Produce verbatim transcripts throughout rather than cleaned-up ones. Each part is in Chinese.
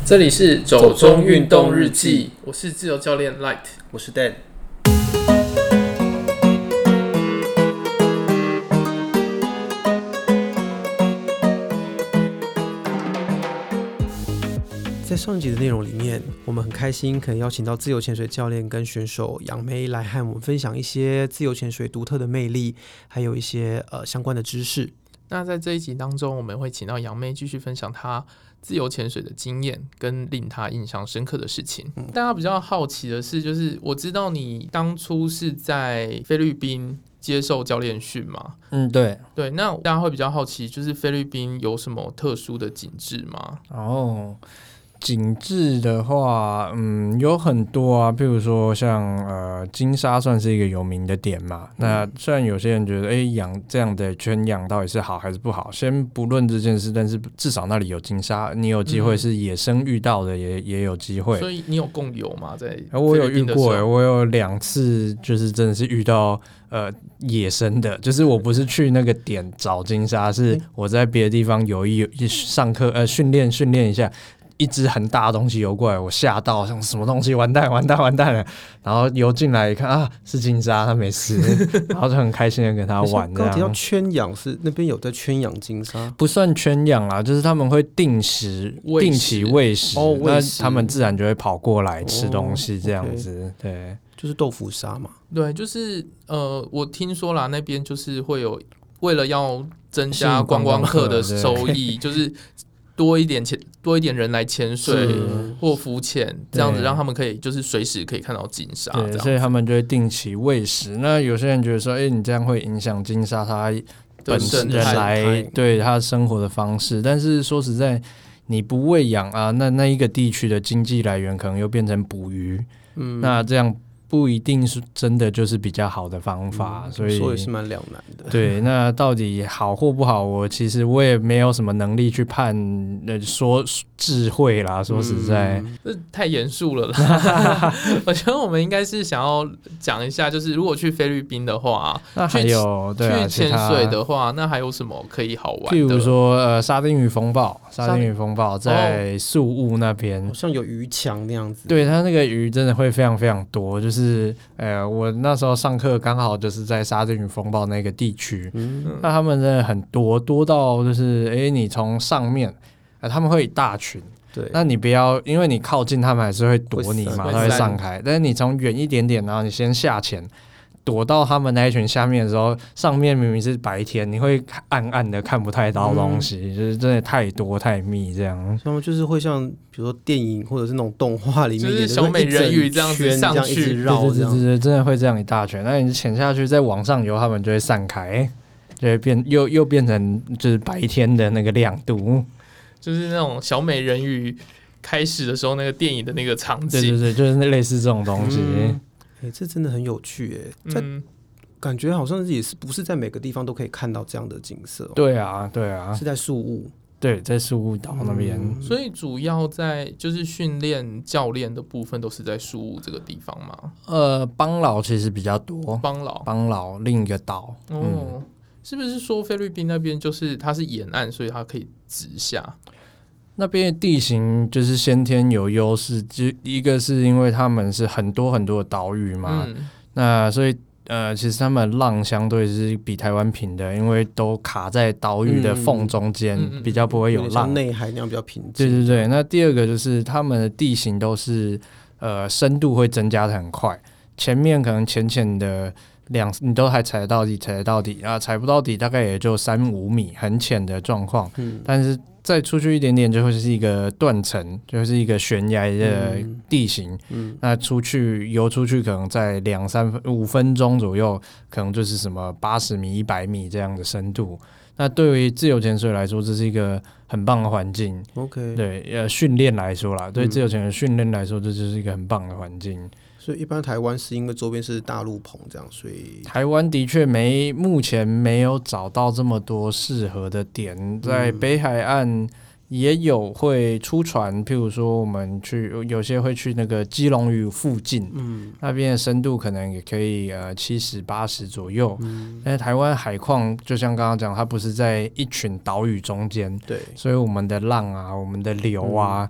这里是走中运动日记，我是自由教练 Light， 我是 Dan。在上一集的内容里面，我们很开心可以邀请到自由潜水教练跟选手杨梅来和我们分享一些自由潜水独特的魅力，还有一些呃相关的知识。 那在这一集当中，我们会请到杨妹继续分享她自由潜水的经验跟令她印象深刻的事情。嗯、大家比较好奇的是，就是我知道你当初是在菲律宾接受教练训嘛？ 嗯，对对。那大家会比较好奇，就是菲律宾有什么特殊的景致吗？ 哦。景致的话，嗯，有很多啊，譬如说像呃金沙算是一个有名的点嘛。嗯、那虽然有些人觉得，哎、欸，养这样的圈养到底是好还是不好，先不论这件事，但是至少那里有金沙，你有机会是野生遇到的也，也、嗯、也有机会。 所以你有共游吗？在我有遇过、欸，我有两次，就是真的是遇到呃野生的，就是我不是去那个点找金沙，是我在别的地方游一上课呃训练训练一下。一只很大的东西游过来，我吓到，像什么东西，完蛋完蛋完蛋了。然后游进来一看啊，是金沙，它没事，然后就很开心的跟它玩。 刚提到圈养，是那边有在圈养金沙？ 不算圈养啦，就是他们会定时、定期喂食， 哦、 那他们自然就会跑过来吃东西，这样子。哦、对， 就是豆腐沙嘛。 对，就是呃，我听说啦，那边就是会有为了要增加观光客的收益，就是多一点潜多一点人来潜水或浮潜，这样子让他们可以就是随时可以看到金沙。 对，所以他们就会定期喂食。那有些人觉得说，哎、欸，你这样会影响金沙它本身人来对它生活的方式。但是说实在，你不喂养啊，那那一个地区的经济来源可能又变成捕鱼。嗯，那这样不一定是真的就是比较好的方法，嗯、所以说也是蛮两难的。 对，那到底好或不好，我其实我也没有什么能力去判，呃，说智慧啦。说实在， 嗯、这太严肃了啦。我觉得我们应该是想要讲一下，就是如果去菲律宾的话， 那还有对、啊、 去潜水的话，那还有什么可以好玩的？ 譬如说，呃，沙丁鱼风暴，沙丁鱼风暴在宿务那边， 好像有鱼墙那样子。 对，它那个鱼真的会非常非常多，就是。是，呃，我那时候上课刚好就是在沙丁鱼风暴那个地区，嗯、那他们真的很多，多到就是，哎、欸，你从上面，呃，他们会一大群， 对， 那你不要，因为你靠近他们还是会躲你嘛，他会散开，但是你从远一点点，然后你先下潜。躲到他们那一群下面的时候，上面明明是白天，你会暗暗的看不太到东西，嗯、就是真的太多太密这样。 他们就是会像比如说电影或者是那种动画里面， 就是小美人鱼这样子上去， 这样一直绕， 对对对对，真的会这样一大圈。那你潜下去，再往上游，他们就会散开，就会变又又变成就是白天的那个亮度， 就是那种小美人鱼开始的时候那个电影的那个场景。 对对对，就是类似这种东西。嗯欸、这真的很有趣哎，在、嗯、感觉好像也是不是在每个地方都可以看到这样的景色、哦。 对啊，对啊， 是在宿务， 对，在宿务岛那边、嗯。 所以主要在就是训练教练的部分都是在宿务这个地方吗？ 呃，邦劳其实比较多， 邦劳， 邦劳另一个岛。 哦、嗯，是不是说菲律宾那边就是它是沿岸，所以它可以直下？ 那边的地形就是先天有优势，就一个是因为他们是很多很多的岛屿嘛，嗯、那所以呃，其实他们浪相对是比台湾平的，因为都卡在岛屿的缝中间，嗯、比较不会有浪， 像内海那样比较平静。 对对对，那第二个就是他们的地形都是呃深度会增加的很快，前面可能浅浅的两你都还踩得到底，踩得到底啊，踩不到底大概也就三五米，很浅的状况，嗯、但是。再出去一点点就会是一个断层，就是一个悬崖的地形。嗯嗯、那出去游出去可能在两三分五分钟左右，可能就是什么八十米、一百米这样的深度。那对于自由潜水来说，这是一个很棒的环境。 OK， 对，呃，训练来说啦，对自由潜水训练来说，这就是一个很棒的环境。 所以一般台湾是因为周边是大陆棚这样，所以台湾的确没目前没有找到这么多适合的点，在北海岸也有会出船，譬如说我们去有些会去那个基隆屿附近，嗯，那边的深度可能也可以呃七十八十左右，嗯，但是台湾海况就像刚刚讲，它不是在一群岛屿中间， 对， 所以我们的浪啊，我们的流啊。嗯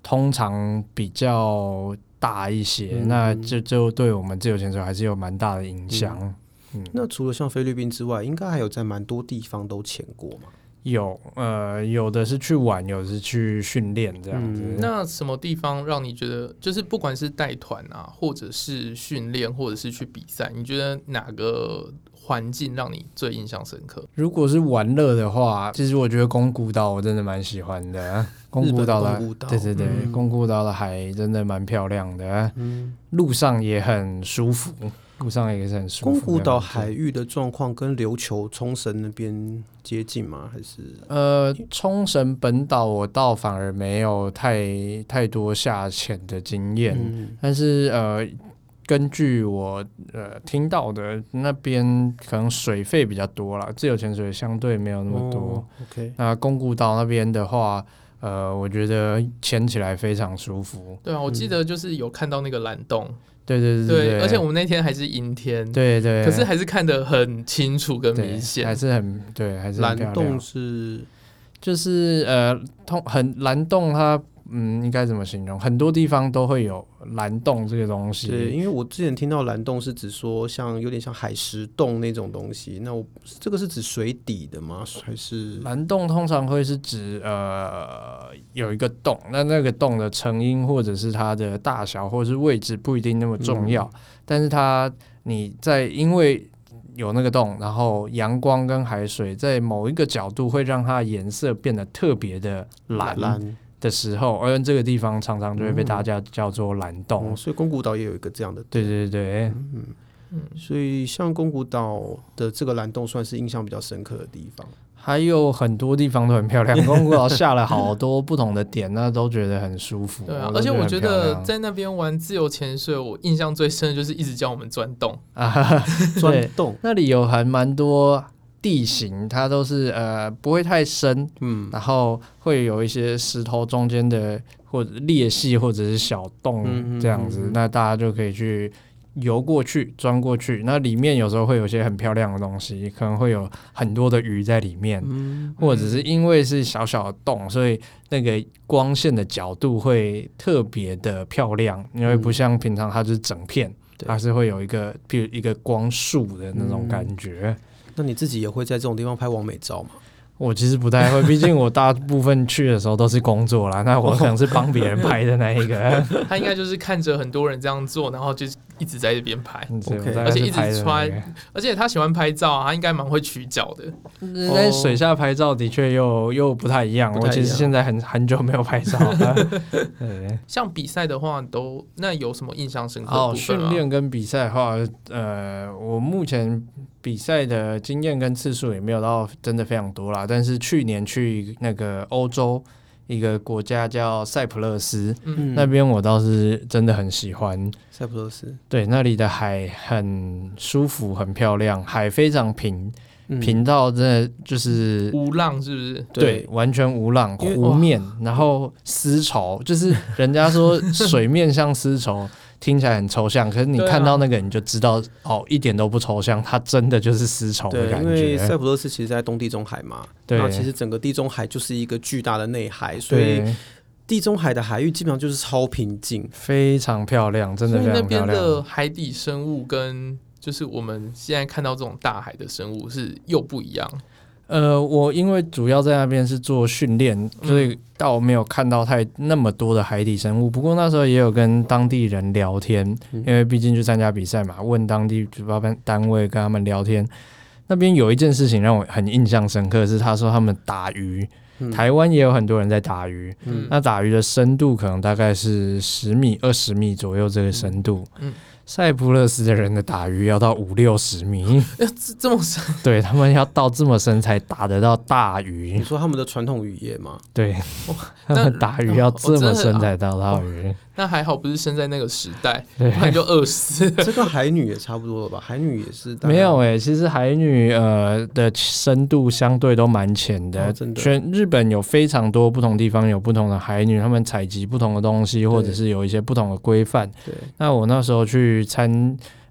通常比较大一些， 嗯、 那就就对我们自由潜水还是有蛮大的影响。嗯嗯、那除了像菲律宾之外，应该还有在蛮多地方都潜过吗？ 有，呃，有的是去玩，有的是去训练这样子、 嗯。那什么地方让你觉得，就是不管是带团啊，或者是训练，或者是去比赛，你觉得哪个环境让你最印象深刻？ 如果是玩乐的话，其实我觉得宫古岛我真的蛮喜欢的。宫古岛的，对对对，宫古岛的海真的蛮漂亮的，嗯、路上也很舒服。路上也是很舒服。 宫古岛海域的状况跟琉球、冲绳那边接近吗？还是？ 呃，冲绳本岛我倒反而没有太太多下潜的经验、嗯，但是呃，根据我呃听到的，那边可能水费比较多啦，自由潜水相对没有那么多。 哦、OK， 那宫古岛那边的话。呃，我觉得潜起来非常舒服。 对啊，我记得就是有看到那个蓝洞。嗯、 对对 对, 对, 对，而且我们那天还是阴天。 对对。 可是还是看得很清楚跟明显， 还是很对，还是很漂亮。 蓝洞是就是呃，通很蓝洞它。嗯，应该怎么形容？很多地方都会有蓝洞这个东西。 对，因为我之前听到蓝洞是指说像有点像海蚀洞那种东西。那我这个是指水底的吗？还是蓝洞通常会是指呃有一个洞，那那个洞的成因或者是它的大小或者是位置不一定那么重要，嗯、但是它你在因为有那个洞，然后阳光跟海水在某一个角度会让它的颜色变得特别的蓝。蓝的时候，而这个地方常常就会被大家叫做蓝洞、 嗯，所以宫古岛也有一个这样的。 对对对， 嗯嗯，所以像宫古岛的这个蓝洞算是印象比较深刻的地方。 还有很多地方都很漂亮，宫古岛下了好多不同的点，那都觉得很舒服。 对啊，而且我觉得在那边玩自由潜水，我印象最深的就是一直叫我们钻洞啊， 钻洞， 那里有还蛮多。地形它都是呃不会太深，嗯，然后会有一些石头中间的或者裂隙或者是小洞这样子，嗯嗯嗯，那大家就可以去游过去、钻过去。那里面有时候会有一些很漂亮的东西，可能会有很多的鱼在里面，嗯、或者是因为是小小的洞，所以那个光线的角度会特别的漂亮，因为不像平常它就是整片，嗯、它是会有一个譬如一个光束的那种感觉。嗯， 那你自己也会在这种地方拍网美照吗？ 我其实不太会，毕竟我大部分去的时候都是工作啦，那我可能是帮别人拍的那一个。 他应该就是看着很多人这样做，然后就一直在这边拍， okay, 而且一直穿，而且他喜欢拍照、啊，他应该蛮会取角的。 在水下拍照的确又又不太一样，我其实现在很很久没有拍照了。对， 像比赛的话都，那有什么印象深刻的部分、啊？ 哦，训练跟比赛的话，呃，我目前比赛的经验跟次数也没有到真的非常多啦。但是去年去那个欧洲一个国家叫塞浦路斯、嗯、那边我倒是真的很喜欢。 塞浦路斯， 对，那里的海很舒服很漂亮，海非常平、嗯、平到真的就是无浪，是不是？ 对, 对，完全无浪，湖面，然后丝绸，就是人家说水面像丝绸听起来很抽象，可是你看到那个你就知道、啊、哦，一点都不抽象，它真的就是丝绸的感觉。 对，因为塞浦路斯其实在东地中海嘛， 对， 那其实整个地中海就是一个巨大的内海，所以地中海的海域基本上就是超平静， 非常漂亮，真的非常漂亮。 所以那边的海底生物跟就是我们现在看到这种大海的生物是又不一样。 呃，我因为主要在那边是做训练，所以倒没有看到太那么多的海底生物。不过那时候也有跟当地人聊天，因为毕竟去参加比赛嘛，问当地主办单位跟他们聊天。那边有一件事情让我很印象深刻，是他说他们打鱼，嗯、台湾也有很多人在打鱼，嗯、那打鱼的深度可能大概是十米、二十米左右这个深度。嗯嗯，塞浦路斯的人的打鱼要到五六十米， 这么深？ 对，他们要到这么深才打得到大鱼。 你说他们的传统渔业吗？ 对，他们打鱼要这么深才打到鱼。 那还好不是生在那个时代，不然就饿死。 这个海女也差不多了吧？海女也是没有哎、欸，其实海女呃的深度相对都蛮浅的。 哦、真的， 全日本有非常多不同地方有不同的海女，他们采集不同的东西，或者是有一些不同的规范。 对， 那我那时候去参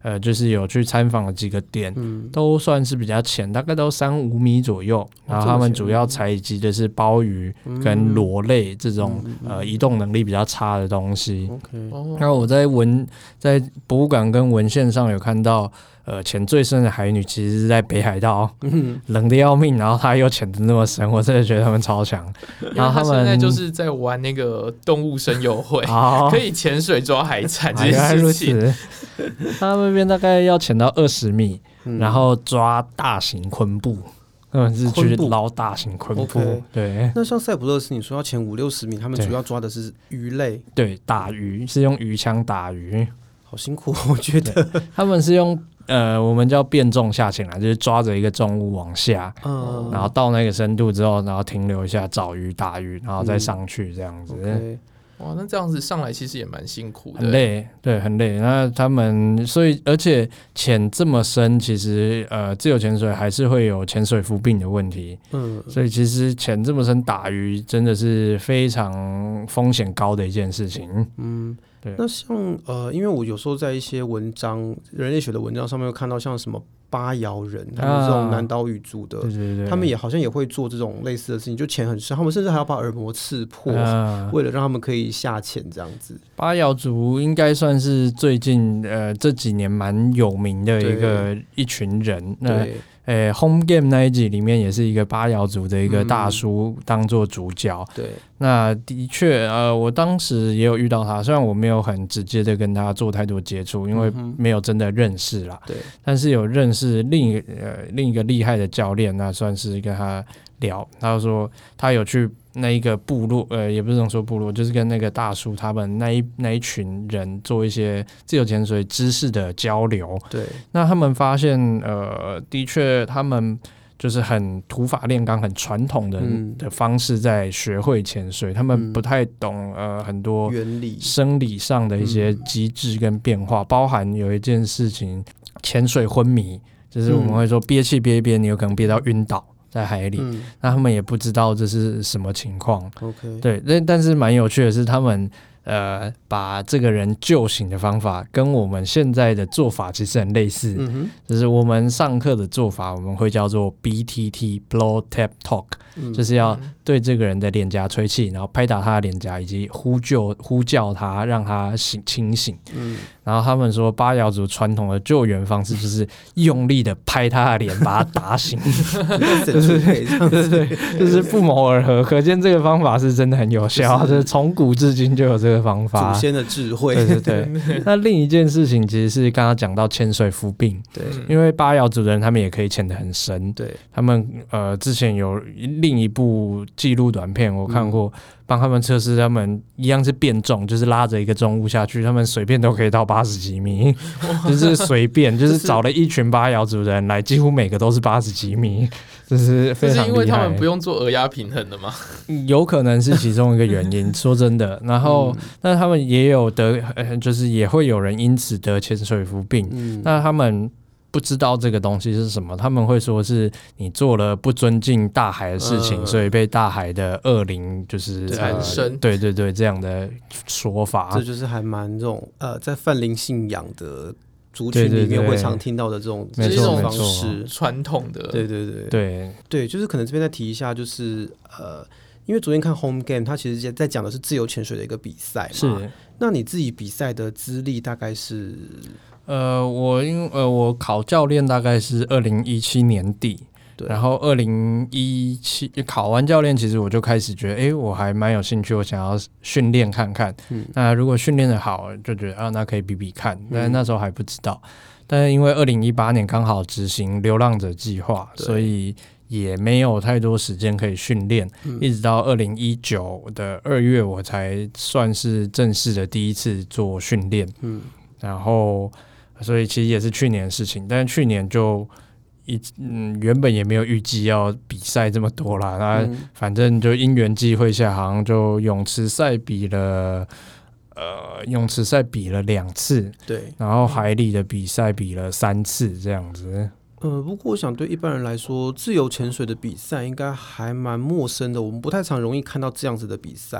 呃，就是有去参访了几个点， 嗯， 都算是比较浅，大概都三五米左右。然后他们主要采集的是鲍鱼跟螺类这种、嗯、呃移动能力比较差的东西。 OK， 然后我在文在博物馆跟文献上有看到。呃，潜最深的海女其实是在北海道，嗯、冷的要命，然后她又潜的那么深，我真的觉得他们超强。然后他们现在就是在玩那个动物森友会，哦、可以潜水抓海产这件事情。 他们那边大概要潜到二十米、嗯，然后抓大型昆布。他们是去捞大型昆布， okay， 对。 那像塞浦路斯，你说要潜五六十米，他们主要抓的是鱼类， 对，打鱼是用鱼枪打鱼， 好辛苦，我觉得他们是用。呃，我们叫变重下潜啦，就是抓着一个重物往下、嗯，然后到那个深度之后，然后停留一下找鱼打鱼，然后再上去这样子。 嗯 okay， 哇，那这样子上来其实也蛮辛苦的， 很累，对，很累。那他们所以而且潜这么深，其实呃自由潜水还是会有潜水浮病的问题，嗯，所以其实潜这么深打鱼真的是非常风险高的一件事情，嗯。 那像呃，因为我有时候在一些文章，人类学的文章上面会看到像什么巴瑶人，他们这种南岛语族的、啊，对对对，他们也好像也会做这种类似的事情，就潜很深，他们甚至还要把耳膜刺破、啊，为了让他们可以下潜这样子。 巴瑶族应该算是最近呃这几年蛮有名的一个一群人，那。诶 ，Home Game 那一集里面也是一个巴瑶族的一个大叔当做主角、嗯。对，那的确，呃，我当时也有遇到他，虽然我没有很直接的跟他做太多接触，因为没有真的认识啦。对、嗯，但是有认识另一个呃另一个厉害的教练，那算是跟他聊，他说他有去。那一个部落，呃，也不是能说部落，就是跟那个大叔他们那一那一群人做一些自由潜水知识的交流。对，那他们发现，呃，的确他们就是很土法炼钢、很传统的、嗯、的方式在学会潜水，他们不太懂呃很多原理、 生理上的一些机制跟变化，嗯、包含有一件事情，潜水昏迷，就是我们会说憋气憋一憋，你有可能憋到晕倒。在海里、嗯，那他们也不知道这是什么情况。OK， 对，但但是蛮有趣的是，他们呃把这个人救醒的方法跟我们现在的做法其实很类似。嗯、就是我们上课的做法，我们会叫做 B T T（Blow Tap Talk），、嗯、就是要对这个人的脸颊吹气，然后拍打他的脸颊，以及呼救呼叫他，让他醒清醒。嗯然后他们说，巴瑶族传统的救援方式就是用力的拍他的脸，把他打醒，就是对对，就是不谋而合。可见这个方法是真的很有效，就是从古至今就有这个方法。 祖先的智慧， 对对对。那另一件事情其实是刚刚讲到潜水浮病，对，因为巴瑶族的人他们也可以潜得很深，对，他们呃之前有另一部纪录短片我看过。嗯帮他们测试，他们一样是变重，就是拉着一个重物下去，他们随便都可以到八十几米，就是随便，就是找了一群巴瑶族人来，几乎每个都是八十几米，就是非常厉害。是因为他们不用做额压平衡的吗？ 有可能是其中一个原因，说真的。然后，嗯、那他们也有得，呃，就是也会有人因此得潜水浮病。嗯、那他们。不知道这个东西是什么，他们会说是你做了不尊敬大海的事情，呃、所以被大海的恶灵就是缠身、呃。 对对对，这样的说法， 这就是还蛮这种呃，在泛灵信仰的族群里面会常听到的这种这种方式， 传统的。 对对对对对，就是可能这边再提一下，就是呃，因为昨天看 Home Game， 它其实在讲的是自由潜水的一个比赛嘛。 是， 那你自己比赛的资历大概是？ 呃，我因呃我考教练大概是二零一七年底，然后二零一七考完教练，其实我就开始觉得，哎，我还蛮有兴趣，我想要训练看看。嗯、那如果训练的好，就觉得啊，那可以比比看。但是那时候还不知道，嗯、但是因为二零一八年刚好执行流浪者计划，所以也没有太多时间可以训练，嗯、一直到二零一九的二月，我才算是正式的第一次做训练。嗯，然后。所以其实也是去年的事情，但是去年就一嗯原本也没有预计要比赛这么多啦，那反正就因缘际会下，好像就泳池赛比了呃泳池赛比了两次，对，然后海里的比赛比了三次这样子。 呃，不过我想对一般人来说，自由潜水的比赛应该还蛮陌生的，我们不太常容易看到这样子的比赛。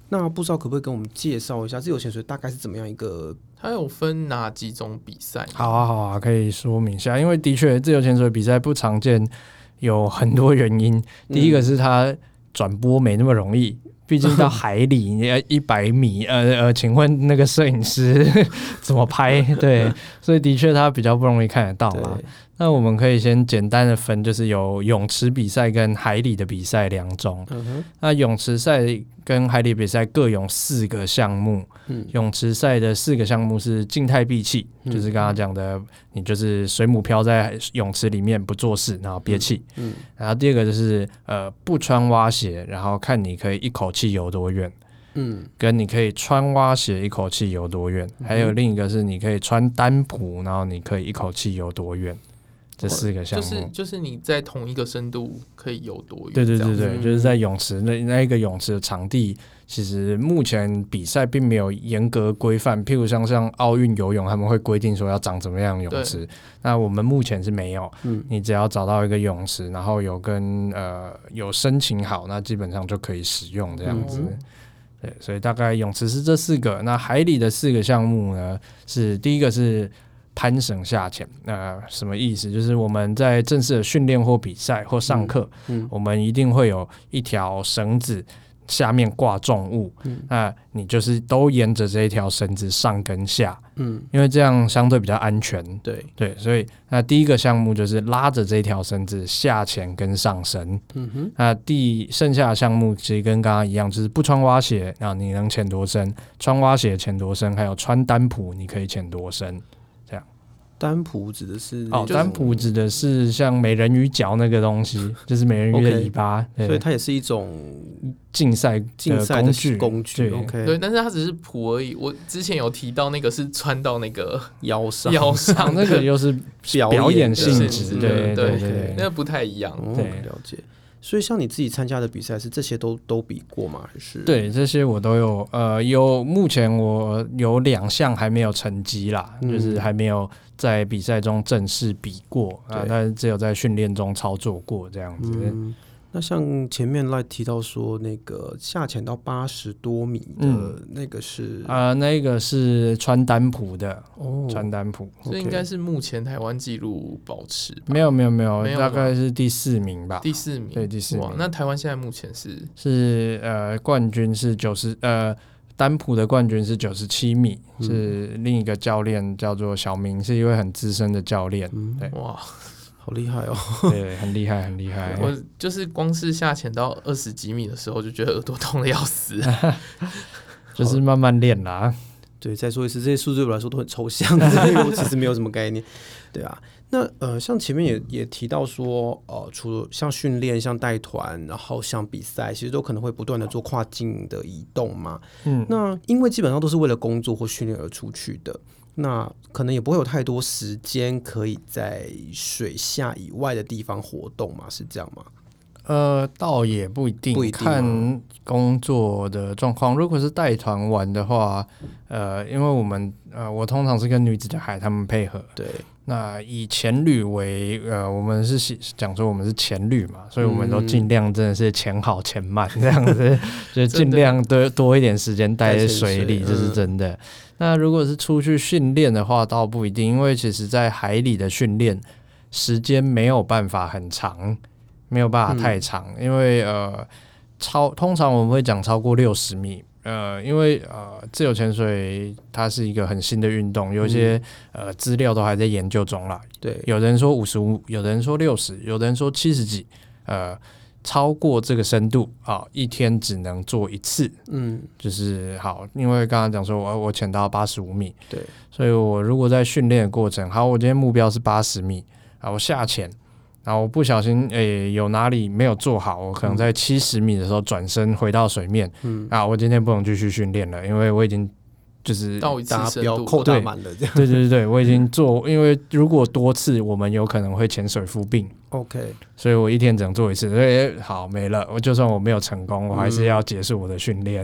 那不知道可不可以跟我们介绍一下自由潜水大概是怎么样一个？ 它有分哪几种比赛？ 好啊，好啊，可以说明一下。因为的确，自由潜水比赛不常见，有很多原因。第一个是它转播没那么容易，毕竟到海里你要一百米，呃呃，请问那个摄影师怎么拍？对，所以的确它比较不容易看得到嘛。那我们可以先简单的分，就是有泳池比赛跟海里的比赛两种。嗯、那泳池赛跟海里比赛各有四个项目。嗯、泳池赛的四个项目是静态闭气，嗯、就是刚刚讲的，你就是水母漂在泳池里面不做事，然后憋气。嗯嗯、然后第二个就是呃不穿蛙鞋，然后看你可以一口气游多远。嗯，跟你可以穿蛙鞋一口气游多远，嗯、还有另一个是你可以穿单蹼，然后你可以一口气游多远。这四个项目、 就是就是你在同一个深度可以游多远？ 对对对对，就是在泳池那那一个泳池的场地，其实目前比赛并没有严格规范，譬如像像奥运游泳，他们会规定说要长怎么样的泳池，那我们目前是没有。嗯，你只要找到一个泳池，然后有跟呃有申请好，那基本上就可以使用这样子。嗯、对，所以大概泳池是这四个。那海里的四个项目呢，是第一个是攀绳下潜。那、呃、什么意思？就是我们在正式的训练或比赛或上课、嗯嗯，我们一定会有一条绳子，下面挂重物。嗯、那你就是都沿着这一条绳子上跟下，嗯，因为这样相对比较安全。 对对，所以那第一个项目就是拉着这条绳子下潜跟上绳。嗯哼，那第剩下的项目其实跟刚刚一样，就是不穿蛙鞋，然后你能潜多深；穿蛙鞋潜多深，还有穿单蹼，你可以潜多深。 单蹼指的是哦，单蹼指的是像美人鱼脚那个东西，就是美人鱼的尾巴， okay, 所以它也是一种竞赛竞赛的工具。 对, okay 对，但是它只是蹼而已。我之前有提到那个是穿到那个腰上， 腰上那个又是表演性质，对对 对, 對, 對，那个不太一样。 对，了解。所以像你自己参加的比赛是这些都都比过吗？还是对这些我都有，呃，有目前我有两项还没有成绩啦、嗯，就是还没有在比赛中正式比过啊，但是只有在训练中操作过这样子。 嗯，那像前面来提到说那个下潜到八十多米的那个是啊、嗯呃，那个是穿单蹼的哦，穿单蹼， 这应该是目前台湾纪录保持吧？ 没有没有没有，大概是第四名吧？ 第四名， 对，第四名。 哇，那台湾现在目前是是呃冠军是九十呃单蹼的冠军是九十七米、嗯，是另一个教练叫做小明，是一位很资深的教练、嗯。对， 哇。好厉害哦！ 对，很厉害，很厉害。 我就是光是下潜到二十几米的时候，就觉得耳朵痛的要死。 就是慢慢练啦。 对，再说一次，这些数字对我来说都很抽象，因为我其实没有什么概念。对啊，那呃，像前面也也提到说，呃，除了像训练、像带团，然后像比赛，其实都可能会不断的做跨境的移动嘛。嗯，那因为基本上都是为了工作或训练而出去的。那可能也不会有太多时间可以在水下以外的地方活动嘛，是这样吗？ 呃，倒也不一定，不一定看工作的状况。如果是带团玩的话，呃，因为我们呃，我通常是跟女子的海他们配合， 对。 那以潜旅为呃，我们是讲说我们是潜旅嘛，所以我们都尽量真的是潜好潜慢这样子，就尽量多多一点时间待在水里，这是真的。那如果是出去训练的话，倒不一定，因为其实在海里的训练时间没有办法很长，没有办法太长，嗯、因为呃超通常我们会讲超过六十米，呃，因为呃自由潜水它是一个很新的运动，有一些、嗯、呃资料都还在研究中啦。 对， 有人说五十五，有人说六十，有人说七十几，呃。超过这个深度啊，一天只能做一次。嗯，就是好，因为刚刚讲说我我潜到八十五米， 对， 所以我如果在训练的过程，好，我今天目标是八十米啊，我下潜，然后我不小心诶有哪里没有做好，我可能在七十米的时候转身回到水面，嗯啊，我今天不能继续训练了，因为我已经就是到一次深度扣大满了这样。 对对对对，我已经做，因为如果多次，我们有可能会潜水夫病。 OK， 所以我一天只能做一次，所以好没了。我就算我没有成功，我还是要结束我的训练、嗯。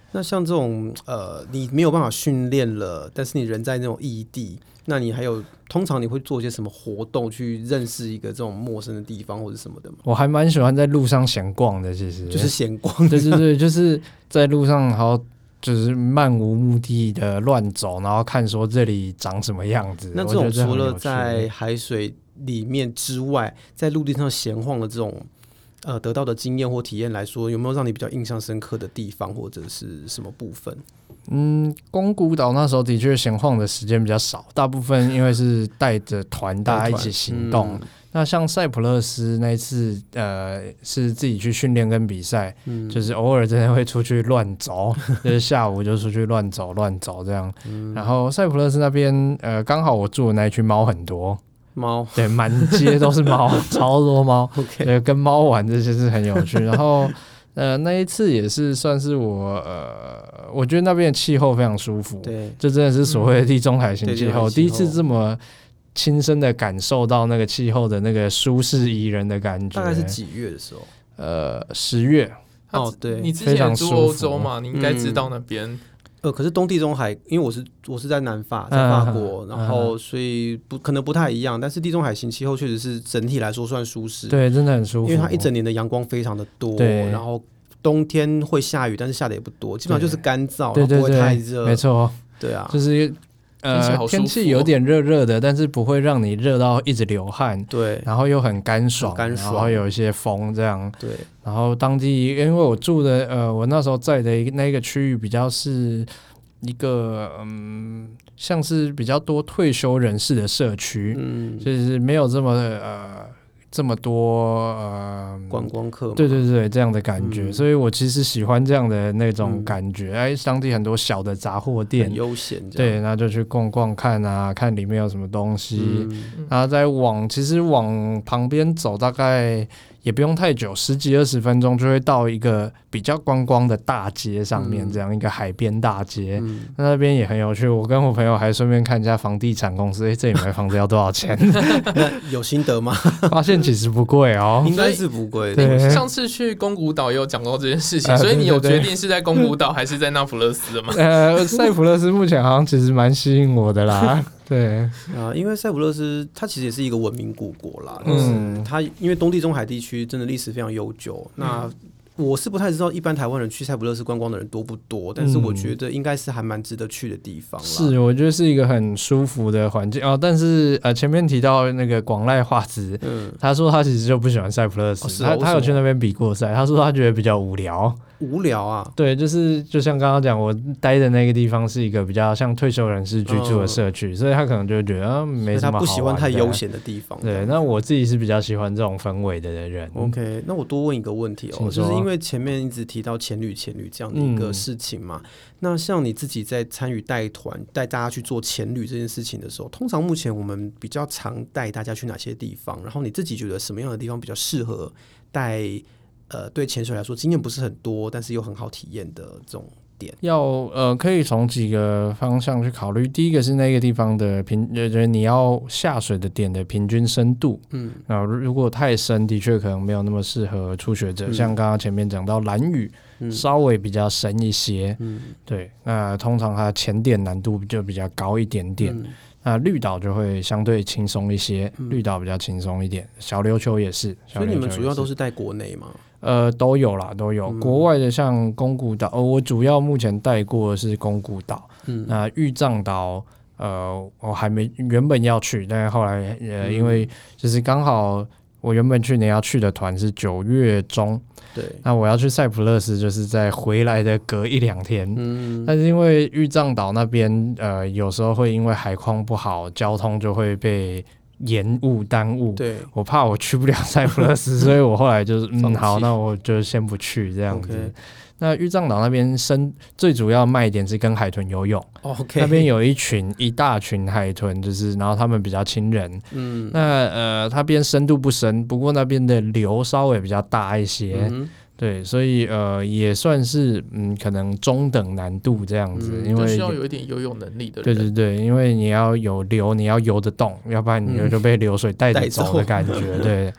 那像这种呃，你没有办法训练了，但是你人在那种异地，那你还有通常你会做些什么活动去认识一个这种陌生的地方或者什么的吗？ 我还蛮喜欢在路上闲逛的，其实就是闲逛， 对对对，就是在路上，然后就是漫无目的的乱走，然后看说这里长什么样子。 那这种除了在海水里面之外，在陆地上闲晃的这种呃得到的经验或体验来说，有没有让你比较印象深刻的地方或者是什么部分？ 嗯，宫古岛那时候的确闲晃的时间比较少，大部分因为是带着团大家一起行动。嗯、那像塞浦路斯那一次，呃，是自己去训练跟比赛，嗯、就是偶尔真的会出去乱走，就是下午就出去乱走乱走这样。嗯、然后塞浦路斯那边，呃，刚好我住的那一区猫很多。 猫对，满街都是猫，超多猫。 Okay. 对，跟猫玩这些是很有趣。然后，呃，那一次也是算是我，呃，我觉得那边的气候非常舒服。 对， 这真的是所谓的地中海型气候， 嗯、 第一次这么亲身的感受到那个气候的那个舒适宜人的感觉。 大概是几月的时候？ 呃，十月。 哦，对， 你之前住欧洲嘛，你应该知道那边。嗯呃，可是东地中海，因为我是我是在南法，在法国，嗯、然后所以不可能不太一样，但是地中海型气候确实是整体来说算舒适， 对，真的很舒服， 因为它一整年的阳光非常的多，然后冬天会下雨，但是下的也不多，基本上就是干燥， 对对对， 不会太热， 没错， 对啊， 就是呃天气有点热热的，但是不会让你热到一直流汗， 对， 然后又很干爽， 很干爽， 然后有一些风这样， 对， 然后当地因为我住的呃我那时候在的那个区域比较是。一个嗯，像是比较多退休人士的社区，嗯，就是没有这么呃这么多呃观光客， 对对对，这样的感觉，嗯、所以我其实喜欢这样的那种感觉。哎、嗯，当地很多小的杂货店， 很悠闲， 对，那就去逛逛看啊，看里面有什么东西，嗯、然后再往其实往旁边走，大概。也不用太久，十几二十分钟就会到一个比较观光的大街上面，嗯、这样一个海边大街，嗯、那, 那边也很有趣。我跟我朋友还顺便看一下房地产公司，哎、欸，这里买房子要多少钱？ 有心得吗？ 发现其实不贵哦， 应该是不贵。 对，上次去宫古岛也有讲到这件事情，呃、所以你有决定是在宫古岛还是在那不勒斯的吗？ 呃，塞浦路斯目前好像其实蛮吸引我的啦。对啊、呃，因为塞浦路斯它其实也是一个文明古国啦，嗯，它因为东地中海地区真的历史非常悠久，那我是不太知道一般台湾人去塞浦路斯观光的人多不多，但是我觉得应该是还蛮值得去的地方啦。 是，我觉得是一个很舒服的环境哦。但是呃，前面提到那个广濑华子，嗯，他说他其实就不喜欢塞浦路斯，哦啊、他他有去那边比过赛，他说他觉得比较无聊。 无聊啊， 对，就是就像刚刚讲，我待的那个地方是一个比较像退休人士居住的社区，嗯、所以他可能就觉得、啊、没什么好玩的，他不喜欢太悠闲的地方。 对，那我自己是比较喜欢这种氛围的人。 OK， 那我多问一个问题哦，就是因为前面一直提到潜旅潜旅这样的一个事情嘛，嗯、那像你自己在参与带团带大家去做潜旅这件事情的时候，通常目前我们比较常带大家去哪些地方？然后你自己觉得什么样的地方比较适合带？呃，对潜水来说，经验不是很多，但是又很好体验的这种点， 要呃，可以从几个方向去考虑。第一个是那个地方的平，就是你要下水的点的平均深度。嗯，那如果太深，的确可能没有那么适合初学者。嗯、像刚刚前面讲到蓝屿，嗯、稍微比较深一些。嗯，对，那通常它潜点难度就比较高一点点。嗯、那绿岛就会相对轻松一些，嗯、绿岛比较轻松一点。小琉球也是， 所以你们主要都是带国内吗？ 呃，都有啦，都有。嗯、国外的像宫古岛，呃，我主要目前带过的是宫古岛。嗯，那玉藏岛，呃，我还没原本要去，但是后来呃，嗯、因为就是刚好我原本去年要去的团是九月中， 对， 那我要去塞浦路斯，就是在回来的隔一两天。嗯，但是因为玉藏岛那边，呃，有时候会因为海况不好，交通就会被。延误耽误， 对， 我怕我去不了塞浦路斯，所以我后来就是嗯好，那我就先不去这样子。Okay. 那玉藏岛那边深最主要卖点是跟海豚游泳， okay. 那边有一群一大群海豚，就是然后他们比较亲人，嗯，那呃它边深度不深，不过那边的流稍微比较大一些。嗯对，所以呃也算是嗯可能中等难度这样子，嗯、因为需要有一点游泳能力的人。 对对对，因为你要有流，你要游得动，要不然你就被流水带着走的感觉。嗯、对，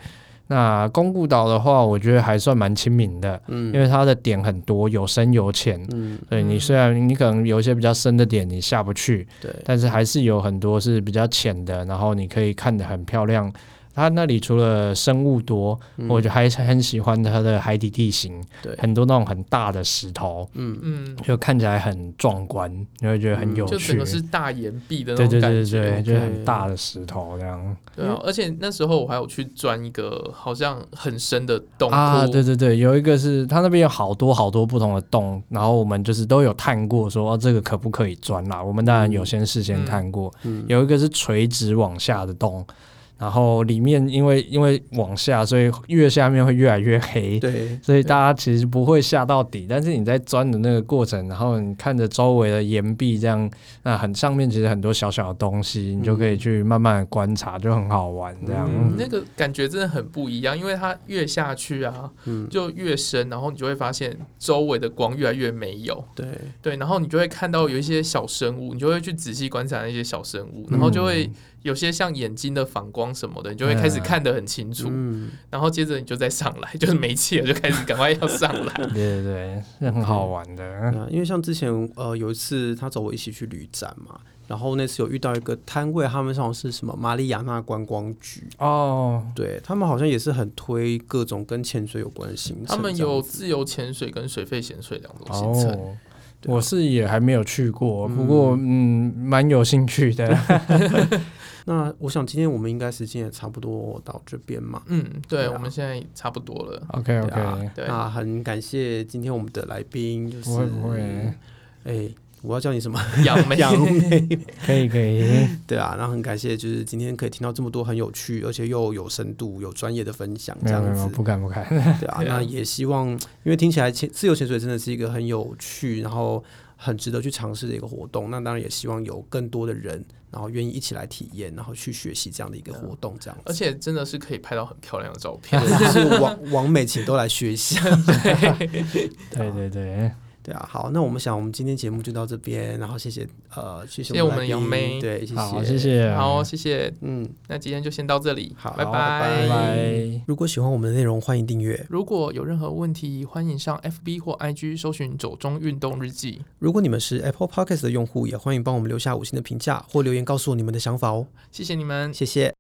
那宫古岛的话，我觉得还算蛮亲民的，嗯，因为它的点很多，有深有浅，嗯，对你虽然你可能有一些比较深的点你下不去，对，但是还是有很多是比较浅的，然后你可以看得很漂亮。它那里除了生物多，嗯、我就还很喜欢它的海底地形，对，很多那种很大的石头，嗯嗯，就看起来很壮观，你会觉得很有趣，就整个是大岩壁的那种感觉， 对对对对，就是很大的石头这样。 对啊，而且那时候我还有去钻一个好像很深的洞窟啊，对对对，有一个是它那边有好多好多不同的洞，然后我们就是都有探过说，说、哦、这个可不可以钻啦？我们当然有先事先探过，嗯嗯、有一个是垂直往下的洞。然后里面因为因为往下，所以越下面会越来越黑，对，所以大家其实不会下到底，但是你在钻的那个过程，然后你看着周围的岩壁这样，那很上面其实很多小小的东西，你就可以去慢慢的观察，就很好玩这样、 嗯。那个感觉真的很不一样，因为它越下去啊，嗯、就越深，然后你就会发现周围的光越来越没有，对对，然后你就会看到有一些小生物，你就会去仔细观察那些小生物，然后就会。有些像眼睛的反光什么的，你就会开始看得很清楚，嗯、然后接着你就再上来，就是没气了就开始赶快要上来。 对对对，是很好玩的。 嗯、因为像之前呃有一次他找我一起去旅展嘛，然后那次有遇到一个摊位，他们上是什么马里亚纳观光局哦，对他们好像也是很推各种跟潜水有关的行程， 他们有自由潜水跟水肺潜水两种行程。哦我是也还没有去过，不过嗯，蛮有兴趣的。 那我想今天我们应该时间也差不多到这边嘛。 嗯，对，对啊、我们现在差不多了。 OK OK，、啊、 那很感谢今天我们的来宾，就是不会不会， 哎。我要叫你什么？ 杨梅， 杨梅， 可以可以。 对啊，然后很感谢，就是今天可以听到这么多很有趣，而且又有深度、有专业的分享，这样子。 没有没有不敢不敢。 对啊，那也希望，因为听起来潜自由潜水真的是一个很有趣，然后很值得去尝试的一个活动。那当然也希望有更多的人，然后愿意一起来体验，然后去学习这样的一个活动，这样子。 而且真的是可以拍到很漂亮的照片， 就是王王美请都来学习。 对对对对。 对啊，好，那我们想，我们今天节目就到这边，然后谢谢，呃，谢谢我们的杨梅， 对，谢谢， 好，谢谢， 好，谢谢，嗯，那今天就先到这里， 好， 拜拜， 拜拜。如果喜欢我们的内容，欢迎订阅。 如果有任何问题，欢迎上 F B 或 I G 搜寻走中运动日记。 如果你们是 Apple Podcast 的用户，也欢迎帮我们留下五星的评价或留言告诉我你们的想法哦。 谢谢你们， 谢谢。